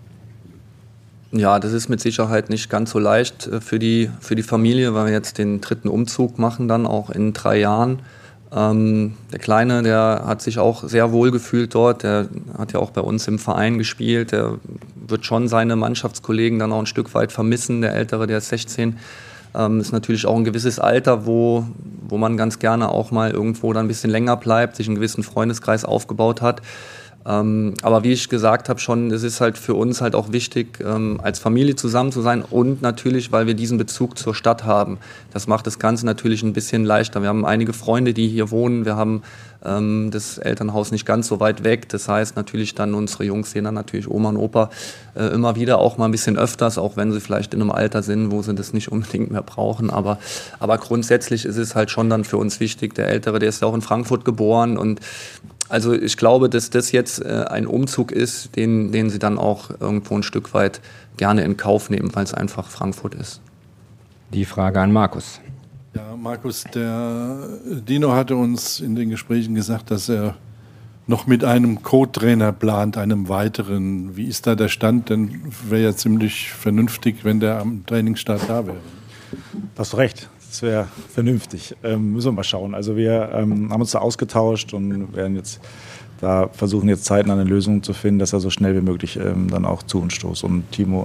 Ja, das ist mit Sicherheit nicht ganz so leicht für die Familie, weil wir jetzt den 3. Umzug machen, dann auch in 3 Jahren. Der Kleine, der hat sich auch sehr wohl gefühlt dort, der hat ja auch bei uns im Verein gespielt, der wird schon seine Mannschaftskollegen dann auch ein Stück weit vermissen. Der Ältere, der ist 16, ist natürlich auch ein gewisses Alter, wo man ganz gerne auch mal irgendwo dann ein bisschen länger bleibt, sich einen gewissen Freundeskreis aufgebaut hat. Aber wie ich gesagt habe schon, es ist halt für uns halt auch wichtig, als Familie zusammen zu sein und natürlich, weil wir diesen Bezug zur Stadt haben. Das macht das Ganze natürlich ein bisschen leichter. Wir haben einige Freunde, die hier wohnen. Wir haben das Elternhaus nicht ganz so weit weg. Das heißt natürlich dann, unsere Jungs sehen dann natürlich Oma und Opa immer wieder, auch mal ein bisschen öfters, auch wenn sie vielleicht in einem Alter sind, wo sie das nicht unbedingt mehr brauchen. Aber grundsätzlich ist es halt schon dann für uns wichtig. Der Ältere, der ist ja auch in Frankfurt geboren und also ich glaube, dass das jetzt ein Umzug ist, den sie dann auch irgendwo ein Stück weit gerne in Kauf nehmen, weil es einfach Frankfurt ist. Die Frage an Markus. Ja, Markus, der Dino hatte uns in den Gesprächen gesagt, dass er noch mit einem Co-Trainer plant, einem weiteren. Wie ist da der Stand? Denn wäre ja ziemlich vernünftig, wenn der am Trainingsstart da wäre. Du hast recht. Das wäre vernünftig. Müssen wir mal schauen. Also wir haben uns da ausgetauscht und werden jetzt da versuchen, jetzt zeitnah eine Lösung zu finden, dass er so schnell wie möglich dann auch zu uns stoßt und Dino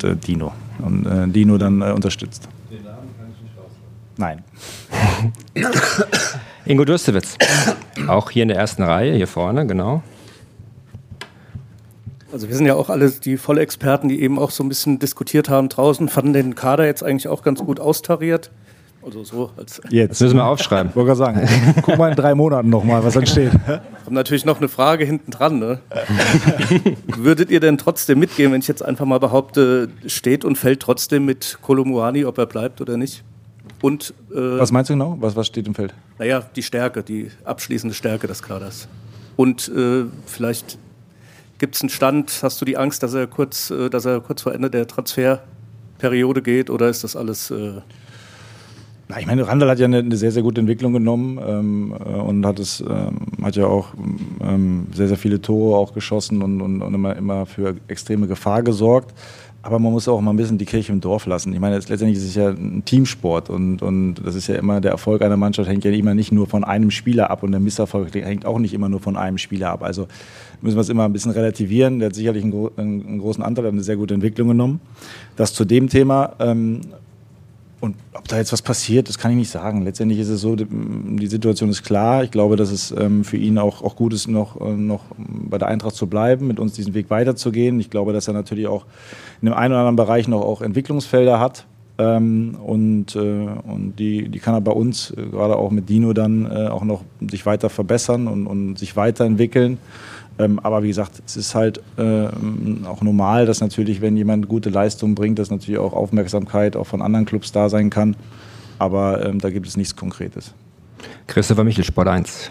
und Dino dann unterstützt. Den Namen kann ich nicht rausfinden. Nein. Ingo Dürstewitz, auch hier in der ersten Reihe, hier vorne, genau. Also wir sind ja auch alle die Vollexperten, die eben auch so ein bisschen diskutiert haben draußen, fanden den Kader jetzt eigentlich auch ganz gut austariert. Also so als jetzt müssen wir aufschreiben. Wollte gerade sagen, guck mal in 3 Monaten nochmal, was entsteht. Wir haben natürlich noch eine Frage hinten dran. Ne? Würdet ihr denn trotzdem mitgehen, wenn ich jetzt einfach mal behaupte, steht und fällt trotzdem mit Kolo Muani, ob er bleibt oder nicht? Und, was meinst du genau? Was steht im Feld? Naja, die Stärke, die abschließende Stärke des Kaders. Und vielleicht gibt es einen Stand, hast du die Angst, dass er kurz vor Ende der Transferperiode geht, oder ist das alles... Ich meine, Randall hat ja eine sehr, sehr gute Entwicklung genommen und hat ja auch sehr, sehr viele Tore auch geschossen und immer für extreme Gefahr gesorgt. Aber man muss auch mal ein bisschen die Kirche im Dorf lassen. Ich meine, letztendlich ist es ja ein Teamsport und das ist ja immer, der Erfolg einer Mannschaft hängt ja immer nicht nur von einem Spieler ab und der Misserfolg hängt auch nicht immer nur von einem Spieler ab. Also müssen wir es immer ein bisschen relativieren. Der hat sicherlich einen großen Anteil, hat eine sehr gute Entwicklung genommen. Das zu dem Thema. Und ob da jetzt was passiert, das kann ich nicht sagen. Letztendlich ist es so, die Situation ist klar. Ich glaube, dass es für ihn auch gut ist, noch bei der Eintracht zu bleiben, mit uns diesen Weg weiterzugehen. Ich glaube, dass er natürlich auch in dem einen oder anderen Bereich noch auch Entwicklungsfelder hat. Und die kann er bei uns, gerade auch mit Dino, dann auch noch sich weiter verbessern und sich weiterentwickeln. Aber wie gesagt, es ist halt auch normal, dass natürlich, wenn jemand gute Leistungen bringt, dass natürlich auch Aufmerksamkeit auch von anderen Clubs da sein kann. Aber da gibt es nichts Konkretes. Christopher Michel, Sport 1.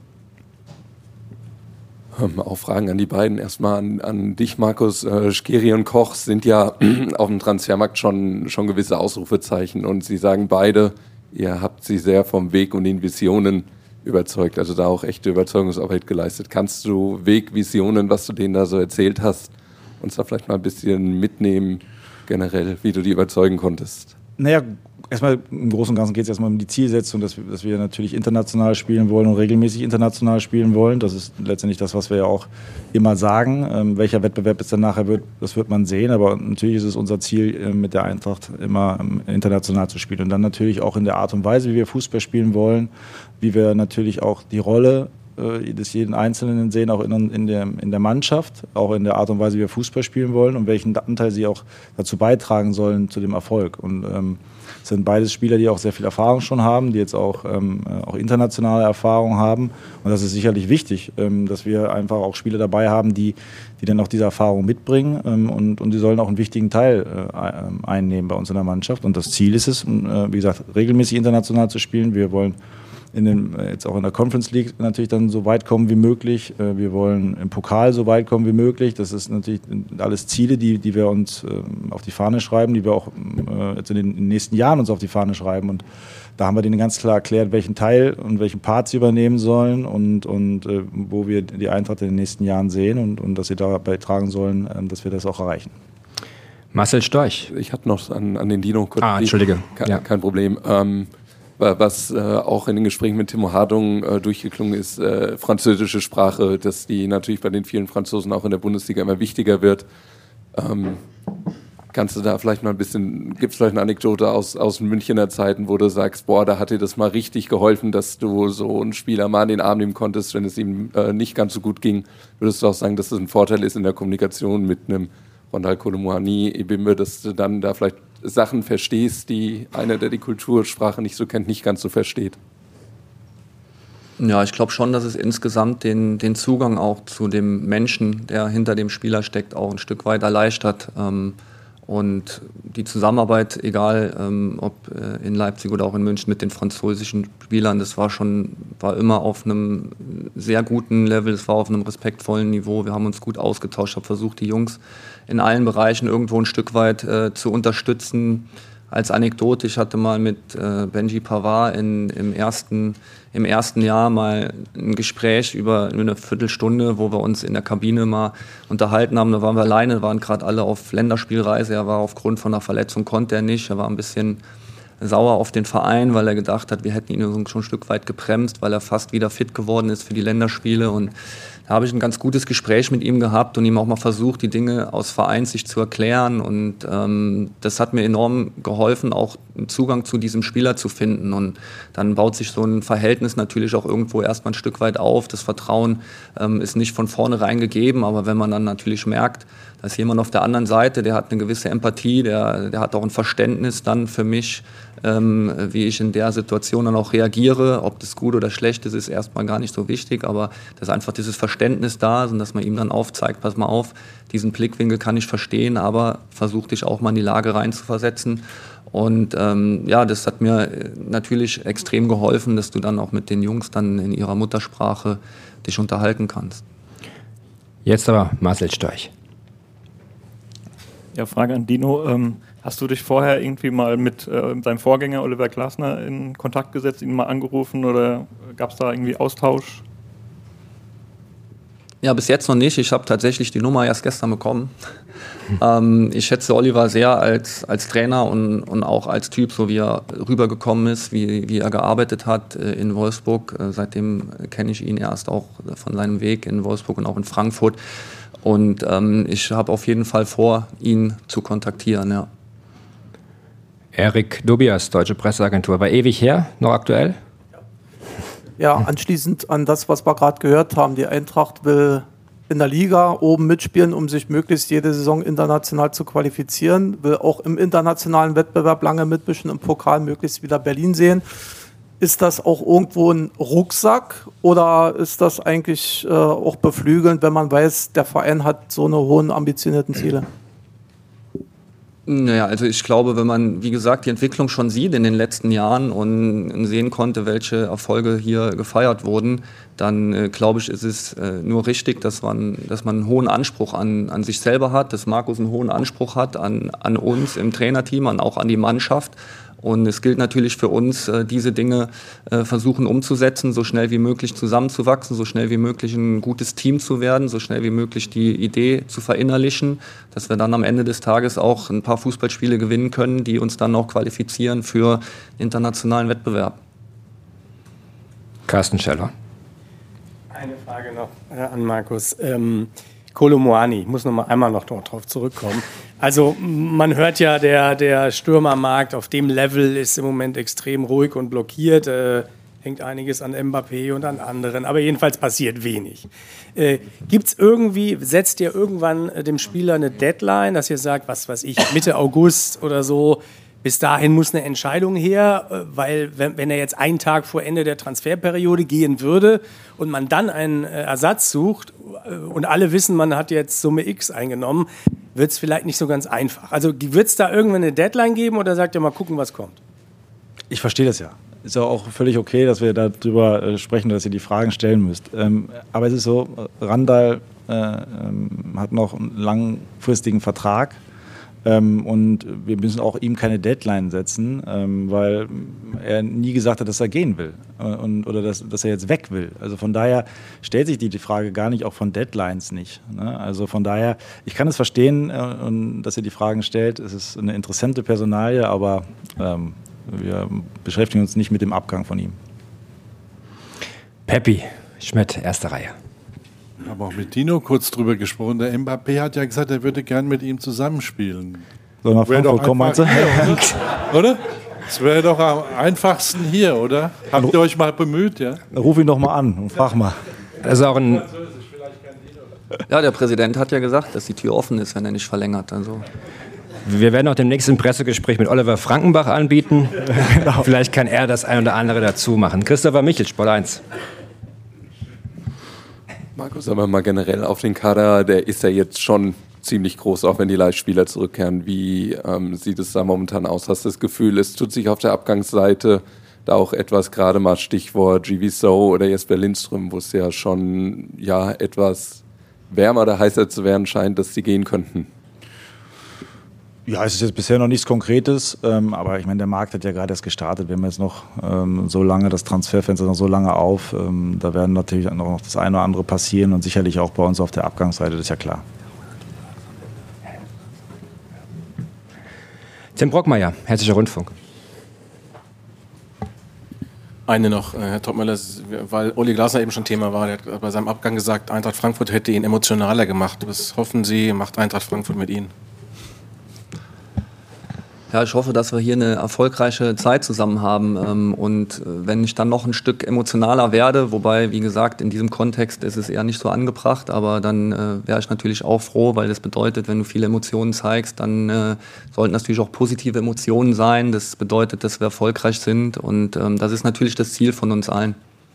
Auch Fragen an die beiden. Erstmal an dich, Markus. Skhiri und Koch sind ja auf dem Transfermarkt schon gewisse Ausrufezeichen. Und Sie sagen beide, ihr habt sie sehr vom Weg und den Visionen überzeugt, also da auch echte Überzeugungsarbeit geleistet. Kannst du Wegvisionen, was du denen da so erzählt hast, uns da vielleicht mal ein bisschen mitnehmen, generell, wie du die überzeugen konntest? Naja, erstmal im Großen und Ganzen geht es erstmal um die Zielsetzung, dass wir natürlich international spielen wollen und regelmäßig international spielen wollen. Das ist letztendlich das, was wir ja auch immer sagen. Welcher Wettbewerb es dann nachher wird, das wird man sehen. Aber natürlich ist es unser Ziel, mit der Eintracht immer international zu spielen. Und dann natürlich auch in der Art und Weise, wie wir Fußball spielen wollen, wie wir natürlich auch die Rolle des jeden Einzelnen sehen, auch in der Mannschaft, auch in der Art und Weise, wie wir Fußball spielen wollen und welchen Anteil sie auch dazu beitragen sollen zu dem Erfolg. Und es sind beides Spieler, die auch sehr viel Erfahrung schon haben, die jetzt auch internationale Erfahrung haben. Und das ist sicherlich wichtig, dass wir einfach auch Spieler dabei haben, die dann auch diese Erfahrung mitbringen und die sollen auch einen wichtigen Teil einnehmen bei uns in der Mannschaft. Und das Ziel ist es, wie gesagt, regelmäßig international zu spielen. Wir wollen jetzt auch in der Conference League natürlich dann so weit kommen wie möglich. Wir wollen im Pokal so weit kommen wie möglich. Das ist natürlich alles Ziele, die wir uns auf die Fahne schreiben, die wir auch jetzt in den nächsten Jahren uns auf die Fahne schreiben. Und da haben wir denen ganz klar erklärt, welchen Teil und welchen Part sie übernehmen sollen und wo wir die Eintracht in den nächsten Jahren sehen und dass sie dabei tragen sollen, dass wir das auch erreichen. Marcel Storch. Ich hatte noch an den Dino kurz. Entschuldige. Kein Problem. Was auch in den Gesprächen mit Timo Hardung durchgeklungen ist, französische Sprache, dass die natürlich bei den vielen Franzosen auch in der Bundesliga immer wichtiger wird. Kannst du da vielleicht mal ein bisschen, gibt es vielleicht eine Anekdote aus den Münchener Zeiten, wo du sagst, boah, da hat dir das mal richtig geholfen, dass du so einen Spieler mal in den Arm nehmen konntest, wenn es ihm nicht ganz so gut ging? Würdest du auch sagen, dass das ein Vorteil ist in der Kommunikation mit einem Rondal Kolomoani, Ebimbe, dass du dann da vielleicht Sachen verstehst, die einer, der die Kultursprache nicht so kennt, nicht ganz so versteht? Ja, ich glaube schon, dass es insgesamt den Zugang auch zu dem Menschen, der hinter dem Spieler steckt, auch ein Stück weit erleichtert. Und die Zusammenarbeit, egal ob in Leipzig oder auch in München mit den französischen Spielern, das war immer auf einem sehr guten Level, es war auf einem respektvollen Niveau. Wir haben uns gut ausgetauscht, habe versucht, die Jungs in allen Bereichen irgendwo ein Stück weit zu unterstützen. Als Anekdote, ich hatte mal mit Benji Pavard im ersten Jahr mal ein Gespräch über eine Viertelstunde, wo wir uns in der Kabine mal unterhalten haben. Da waren wir alleine, waren gerade alle auf Länderspielreise. Er war aufgrund von einer Verletzung, konnte er nicht. Er war ein bisschen sauer auf den Verein, weil er gedacht hat, wir hätten ihn schon ein Stück weit gebremst, weil er fast wieder fit geworden ist für die Länderspiele. Und da habe ich ein ganz gutes Gespräch mit ihm gehabt und ihm auch mal versucht, die Dinge aus Vereinssicht zu erklären. Und das hat mir enorm geholfen, auch einen Zugang zu diesem Spieler zu finden. Und dann baut sich so ein Verhältnis natürlich auch irgendwo erstmal ein Stück weit auf. Das Vertrauen ist nicht von vornherein gegeben, aber wenn man dann natürlich merkt, da ist jemand auf der anderen Seite, der hat eine gewisse Empathie, der hat auch ein Verständnis dann für mich, wie ich in der Situation dann auch reagiere. Ob das gut oder schlecht ist, ist erstmal gar nicht so wichtig, aber dass einfach dieses Verständnis da ist und dass man ihm dann aufzeigt, pass mal auf, diesen Blickwinkel kann ich verstehen, aber versuch dich auch mal in die Lage reinzuversetzen. Und das hat mir natürlich extrem geholfen, dass du dann auch mit den Jungs dann in ihrer Muttersprache dich unterhalten kannst. Jetzt aber Marcel Storch. Ja, Frage an Dino. Hast du dich vorher irgendwie mal mit seinem Vorgänger Oliver Glasner in Kontakt gesetzt, ihn mal angerufen oder gab es da irgendwie Austausch? Ja, bis jetzt noch nicht. Ich habe tatsächlich die Nummer erst gestern bekommen. Ich schätze Oliver sehr als Trainer und auch als Typ, so wie er rübergekommen ist, wie er gearbeitet hat in Wolfsburg. Seitdem kenne ich ihn erst auch von seinem Weg in Wolfsburg und auch in Frankfurt. Und ich habe auf jeden Fall vor, ihn zu kontaktieren, ja. Erik Dobias, Deutsche Presseagentur. War ewig her, noch aktuell? Ja, anschließend an das, was wir gerade gehört haben. Die Eintracht will in der Liga oben mitspielen, um sich möglichst jede Saison international zu qualifizieren. Will auch im internationalen Wettbewerb lange mitmischen, im Pokal möglichst wieder Berlin sehen. Ist das auch irgendwo ein Rucksack oder ist das eigentlich auch beflügelnd, wenn man weiß, der Verein hat so eine hohen ambitionierten Ziele? Naja, also ich glaube, wenn man, wie gesagt, die Entwicklung schon sieht in den letzten Jahren und sehen konnte, welche Erfolge hier gefeiert wurden, dann glaube ich, ist es nur richtig, dass man einen hohen Anspruch an sich selber hat, dass Markus einen hohen Anspruch hat an uns im Trainerteam, auch an die Mannschaft. Und es gilt natürlich für uns, diese Dinge versuchen umzusetzen, so schnell wie möglich zusammenzuwachsen, so schnell wie möglich ein gutes Team zu werden, so schnell wie möglich die Idee zu verinnerlichen, dass wir dann am Ende des Tages auch ein paar Fußballspiele gewinnen können, die uns dann auch qualifizieren für internationalen Wettbewerb. Carsten Scheller. Eine Frage noch an Markus. Kolo Muani, ich muss einmal noch drauf zurückkommen. Also man hört ja, der Stürmermarkt auf dem Level ist im Moment extrem ruhig und blockiert. Hängt einiges an Mbappé und an anderen, aber jedenfalls passiert wenig. Setzt ihr irgendwann dem Spieler eine Deadline, dass ihr sagt, was weiß ich, Mitte August oder so, bis dahin muss eine Entscheidung her, weil wenn er jetzt einen Tag vor Ende der Transferperiode gehen würde und man dann einen Ersatz sucht und alle wissen, man hat jetzt Summe X eingenommen, wird es vielleicht nicht so ganz einfach. Also wird es da irgendwann eine Deadline geben oder sagt ihr mal gucken, was kommt? Ich verstehe das ja. Ist ja auch völlig okay, dass wir darüber sprechen, dass ihr die Fragen stellen müsst. Aber es ist so, Randall hat noch einen langfristigen Vertrag. Und wir müssen auch ihm keine Deadline setzen, weil er nie gesagt hat, dass er gehen will oder dass er jetzt weg will. Also von daher stellt sich die Frage gar nicht, auch von Deadlines nicht. Ne? Also von daher, ich kann es verstehen, dass ihr die Fragen stellt. Es ist eine interessante Personalie, aber wir beschäftigen uns nicht mit dem Abgang von ihm. Peppi Schmidt, erste Reihe. Ich habe auch mit Dino kurz drüber gesprochen. Der Mbappé hat ja gesagt, er würde gern mit ihm zusammenspielen. Soll nach Frankfurt kommen, meinst du? Oder? Es wäre doch am einfachsten hier, oder? Habt ihr euch mal bemüht, ja? Ruf ihn doch mal an und frag mal. Das ist auch ein... Ja, der Präsident hat ja gesagt, dass die Tür offen ist, wenn er nicht verlängert. Also. Wir werden auch demnächst ein Pressegespräch mit Oliver Frankenbach anbieten. Genau. Vielleicht kann er das ein oder andere dazu machen. Christopher Michel, Sport 1. Markus, aber mal generell auf den Kader, der ist ja jetzt schon ziemlich groß, auch wenn die Leihspieler zurückkehren. Wie sieht es da momentan aus? Hast du das Gefühl, es tut sich auf der Abgangsseite da auch etwas, gerade mal Stichwort Giviso oder Jesper Lindström, wo es ja schon etwas wärmer oder heißer zu werden scheint, dass sie gehen könnten? Ja, es ist jetzt bisher noch nichts Konkretes, aber ich meine, der Markt hat ja gerade erst gestartet. Wir haben jetzt noch so lange, das Transferfenster noch so lange auf. Da werden natürlich noch das eine oder andere passieren und sicherlich auch bei uns auf der Abgangsseite, das ist ja klar. Tim Brockmeier, Hessischer Rundfunk. Eine noch, Herr Topmöller, weil Uli Glasner eben schon Thema war, der hat bei seinem Abgang gesagt, Eintracht Frankfurt hätte ihn emotionaler gemacht. Was hoffen Sie, macht Eintracht Frankfurt mit Ihnen? Ja, ich hoffe, dass wir hier eine erfolgreiche Zeit zusammen haben und wenn ich dann noch ein Stück emotionaler werde, wobei, wie gesagt, in diesem Kontext ist es eher nicht so angebracht, aber dann wäre ich natürlich auch froh, weil das bedeutet, wenn du viele Emotionen zeigst, dann sollten natürlich auch positive Emotionen sein. Das bedeutet, dass wir erfolgreich sind und das ist natürlich das Ziel von uns allen.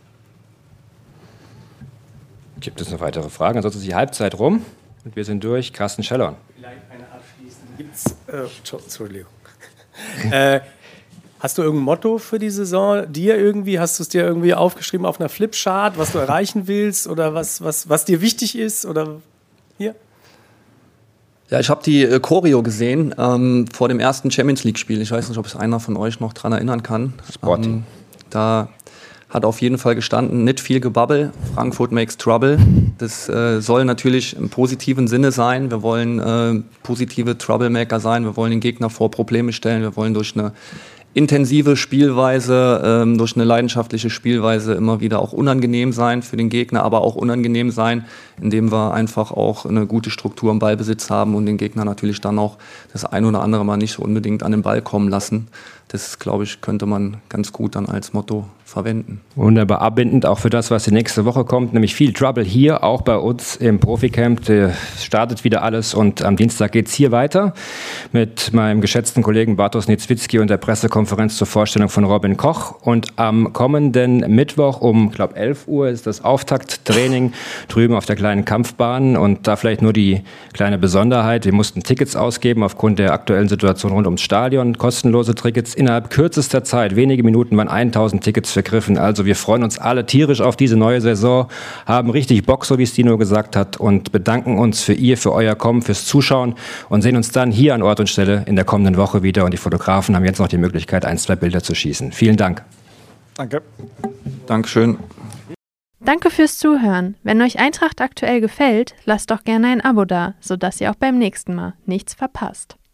Gibt es noch weitere Fragen? Ansonsten ist die Halbzeit rum und wir sind durch. Carsten Schellorn. Vielleicht eine abschließende. Hast du irgendein Motto für die Saison? Hast du es dir irgendwie aufgeschrieben auf einer Flipchart, was du erreichen willst oder was dir wichtig ist? Oder hier? Ja, ich habe die Choreo gesehen vor dem ersten Champions-League-Spiel. Ich weiß nicht, ob es einer von euch noch dran erinnern kann. Sporting. Da hat auf jeden Fall gestanden, nicht viel Gebabbel, Frankfurt makes trouble. Das soll natürlich im positiven Sinne sein. Wir wollen positive Troublemaker sein. Wir wollen den Gegner vor Probleme stellen. Wir wollen durch eine intensive Spielweise, durch eine leidenschaftliche Spielweise immer wieder auch unangenehm sein für den Gegner, aber auch unangenehm sein, indem wir einfach auch eine gute Struktur im Ballbesitz haben und den Gegner natürlich dann auch das ein oder andere Mal nicht unbedingt an den Ball kommen lassen. Das, glaube ich, könnte man ganz gut dann als Motto verwenden. Wunderbar abbindend auch für das, was die nächste Woche kommt, nämlich viel Trouble hier, auch bei uns im Proficamp. Startet wieder alles und am Dienstag geht es hier weiter mit meinem geschätzten Kollegen Bartosz Niedzwiecki und der Pressekonferenz zur Vorstellung von Robin Koch. Und am kommenden Mittwoch um, ich glaube, 11 Uhr ist das Auftakttraining drüben auf der kleinen Kampfbahn. Und da vielleicht nur die kleine Besonderheit, wir mussten Tickets ausgeben aufgrund der aktuellen Situation rund ums Stadion, kostenlose Tickets. Innerhalb kürzester Zeit, wenige Minuten, waren 1000 Tickets vergriffen. Also wir freuen uns alle tierisch auf diese neue Saison, haben richtig Bock, so wie es Dino gesagt hat, und bedanken uns für euer Kommen, fürs Zuschauen und sehen uns dann hier an Ort und Stelle in der kommenden Woche wieder. Und die Fotografen haben jetzt noch die Möglichkeit, 1-2 Bilder zu schießen. Vielen Dank. Danke. Dankeschön. Danke fürs Zuhören. Wenn euch Eintracht aktuell gefällt, lasst doch gerne ein Abo da, sodass ihr auch beim nächsten Mal nichts verpasst.